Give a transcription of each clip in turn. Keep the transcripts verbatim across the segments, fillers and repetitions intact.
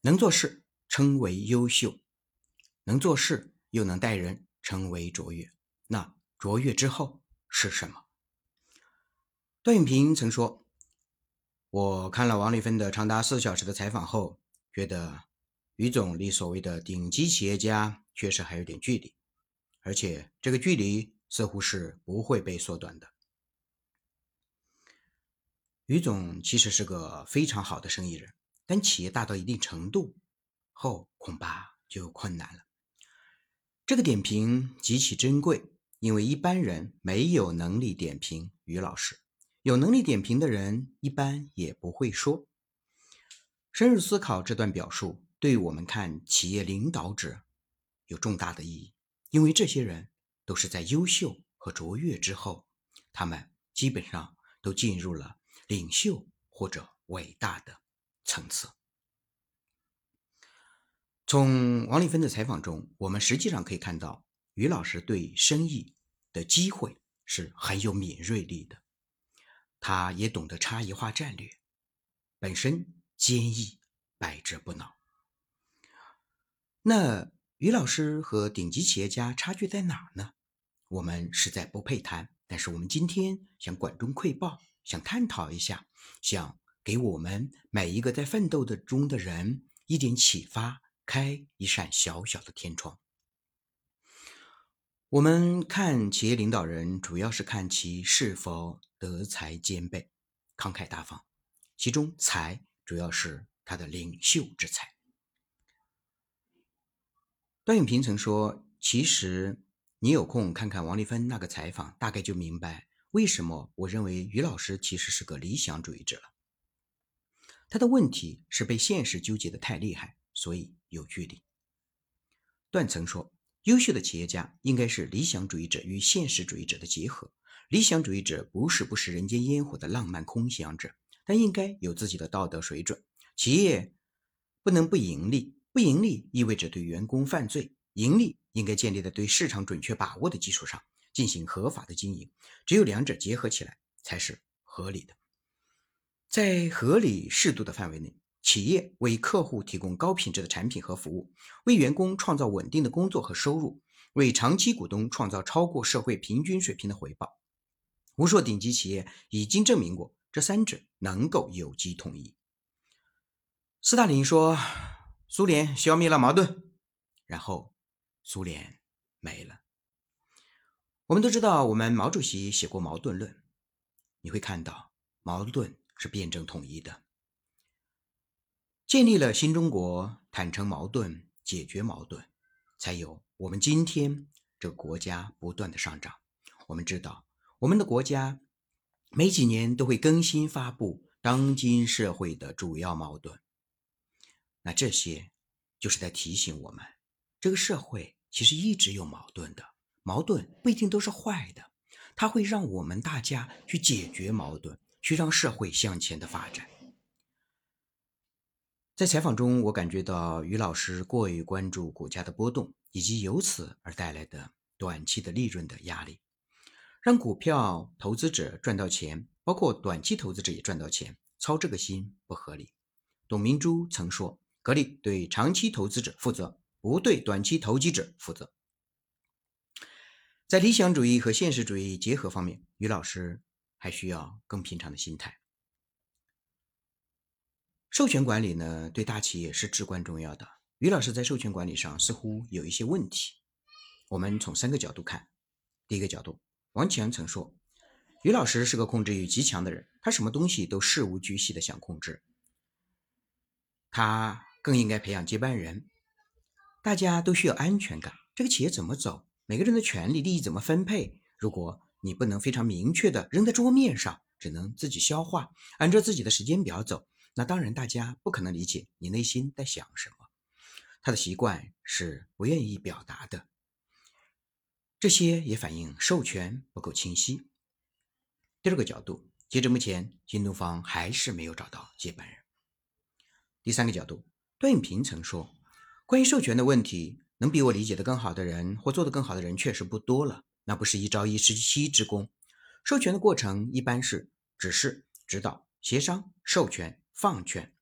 能做事称为优秀，能做事又能待人称为卓越。那卓越之后是什么？段永平曾说，我看了王丽芬的长达四小时的采访后，觉得于总离所谓的顶级企业家确实还有点距离，而且这个距离似乎是不会被缩短的。于总其实是个非常好的生意人，但企业大到一定程度后，恐怕就困难了。这个点评极其珍贵，因为一般人没有能力点评于老师，有能力点评的人一般也不会说。深入思考这段表述，对于我们看企业领导者有重大的意义，因为这些人都是在优秀和卓越之后，他们基本上都进入了领袖或者伟大的层次。从王丽芬的采访中，我们实际上可以看到，于老师对生意的机会是很有敏锐力的，他也懂得差异化战略，本身坚毅，百折不挠。那于老师和顶级企业家差距在哪呢？我们实在不配谈，但是我们今天想管中窥豹，想探讨一下，想给我们每一个在奋斗的中的人一点启发，开一扇小小的天窗。我们看企业领导人，主要是看其是否德才兼备、慷慨大方，其中才主要是他的领袖之才。段永平曾说，其实你有空看看王丽芬那个采访，大概就明白为什么我认为于老师其实是个理想主义者了。他的问题是被现实纠结的太厉害，所以有距离。段曾说，优秀的企业家应该是理想主义者与现实主义者的结合。理想主义者不是不食人间烟火的浪漫空想者，但应该有自己的道德水准。企业不能不盈利，不盈利意味着对员工犯罪，盈利应该建立在对市场准确把握的基础上进行合法的经营，只有两者结合起来才是合理的。在合理适度的范围内，企业为客户提供高品质的产品和服务，为员工创造稳定的工作和收入，为长期股东创造超过社会平均水平的回报。无数顶级企业已经证明过，这三者能够有机统一。斯大林说，苏联消灭了矛盾，然后苏联没了。我们都知道，我们毛主席写过《矛盾论》，你会看到矛盾是辩证统一的。建立了新中国，坦诚矛盾，解决矛盾，才有我们今天这个国家不断的上涨。我们知道，我们的国家每几年都会更新发布当今社会的主要矛盾，那这些就是在提醒我们，这个社会其实一直有矛盾的，矛盾不一定都是坏的，它会让我们大家去解决矛盾，去让社会向前的发展。在采访中，我感觉到于老师过于关注股价的波动，以及由此而带来的短期的利润的压力，让股票投资者赚到钱，包括短期投资者也赚到钱，操这个心不合理。董明珠曾说，格力对长期投资者负责，不对短期投机者负责。在理想主义和现实主义结合方面，于老师还需要更平常的心态。授权管理呢，对大企业是至关重要的。于老师在授权管理上似乎有一些问题。我们从三个角度看。第一个角度，王强曾说，于老师是个控制欲极强的人，他什么东西都事无巨细的想控制。他更应该培养接班人。大家都需要安全感，这个企业怎么走，每个人的权利利益怎么分配，如果你不能非常明确的扔在桌面上，只能自己消化，按照自己的时间表走，那当然大家不可能理解你内心在想什么。他的习惯是不愿意表达的，这些也反映授权不够清晰。第二个角度，截至目前，新东方还是没有找到接班人。第三个角度，段永平曾说，关于授权的问题，能比我理解的更好的人或做得更好的人确实不多了，那不是一朝一夕之功。授权的过程一般是指示、指导、协商、授权、放权，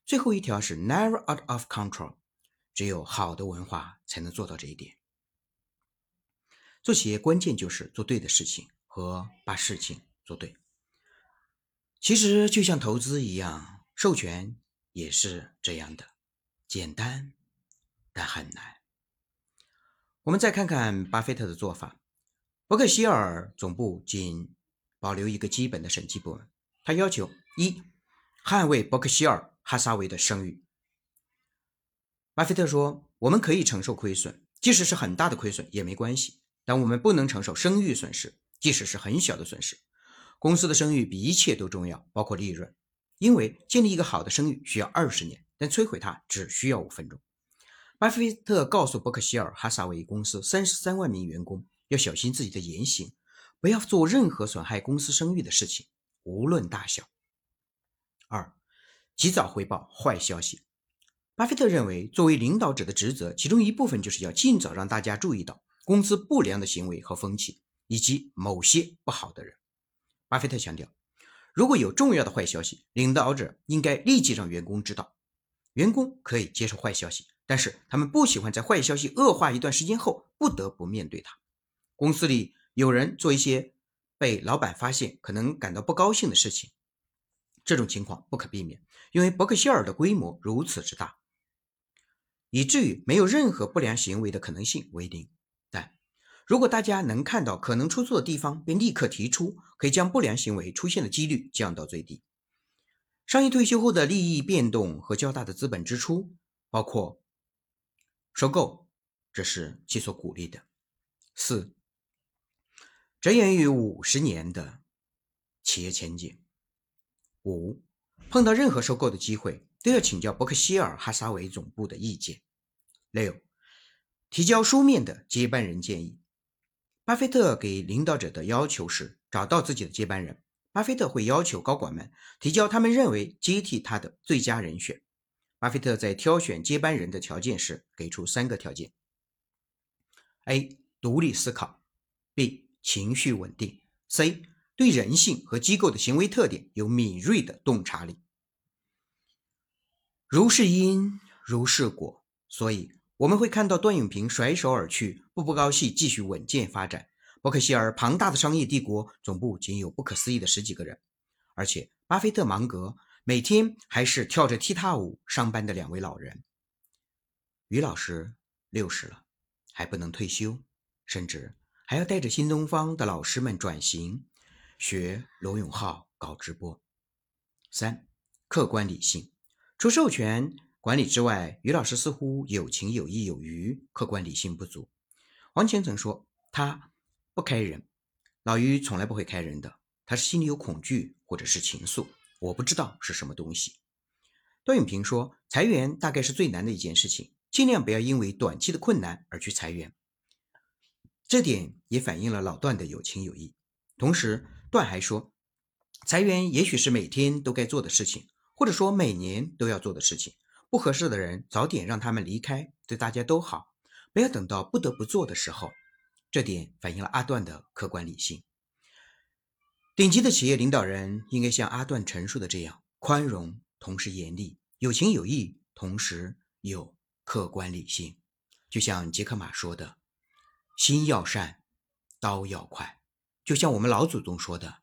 最后一条是 never out of control， 只有好的文化才能做到这一点。做企业关键就是做对的事情和把事情做对。其实就像投资一样，授权也是这样的，简单但很难。我们再看看巴菲特的做法。伯克希尔总部仅保留一个基本的审计部门，他要求一捍卫伯克希尔哈撒韦的声誉。巴菲特说，我们可以承受亏损，即使是很大的亏损也没关系，但我们不能承受声誉损失，即使是很小的损失。公司的声誉比一切都重要，包括利润。因为建立一个好的声誉需要二十年，但摧毁它只需要五分钟。巴菲特告诉伯克希尔哈撒韦公司三十三万名员工要小心自己的言行，不要做任何损害公司声誉的事情，无论大小。二，及早汇报坏消息。巴菲特认为，作为领导者的职责，其中一部分就是要尽早让大家注意到公司不良的行为和风气，以及某些不好的人。巴菲特强调，如果有重要的坏消息，领导者应该立即让员工知道。员工可以接受坏消息，但是他们不喜欢在坏消息恶化一段时间后不得不面对它。公司里有人做一些被老板发现可能感到不高兴的事情，这种情况不可避免，因为伯克希尔的规模如此之大，以至于没有任何不良行为的可能性为零。但如果大家能看到可能出错的地方并立刻提出，可以将不良行为出现的几率降到最低。商业退休后的利益变动和较大的资本支出，包括收购，这是其所鼓励的。四，着眼于五十年的企业前景。五，碰到任何收购的机会，都要请教伯克希尔哈撒韦总部的意见。六，提交书面的接班人建议。巴菲特给领导者的要求是找到自己的接班人。巴菲特会要求高管们提交他们认为接替他的最佳人选。巴菲特在挑选接班人的条件时给出三个条件。A. 独立思考。 B. 情绪稳定。 C. 对人性和机构的行为特点有敏锐的洞察力。如是因，如是果，所以我们会看到段永平甩手而去，步步高系继续稳健发展。伯克希尔庞大的商业帝国总部仅有不可思议的十几个人，而且巴菲特芒格每天还是跳着踢踏舞上班的两位老人。于老师六十了，还不能退休，甚至还要带着新东方的老师们转型，学罗永浩搞直播。三，客观理性。除授权管理之外，于老师似乎有情有义有余，客观理性不足。王乾曾说他不开人，老于从来不会开人的，他是心里有恐惧或者是情愫，我不知道是什么东西。段永平说，裁员大概是最难的一件事情，尽量不要因为短期的困难而去裁员。这点也反映了老段的有情有义。同时段还说，裁员也许是每天都该做的事情，或者说每年都要做的事情，不合适的人早点让他们离开，对大家都好，不要等到不得不做的时候。这点反映了阿段的客观理性。顶级的企业领导人应该像阿段陈述的这样，宽容同时严厉，有情有义同时有客观理性。就像杰克马说的，心要善，刀要快。就像我们老祖宗说的，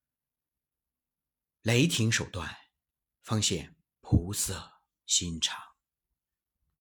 雷霆手段方显菩萨心肠。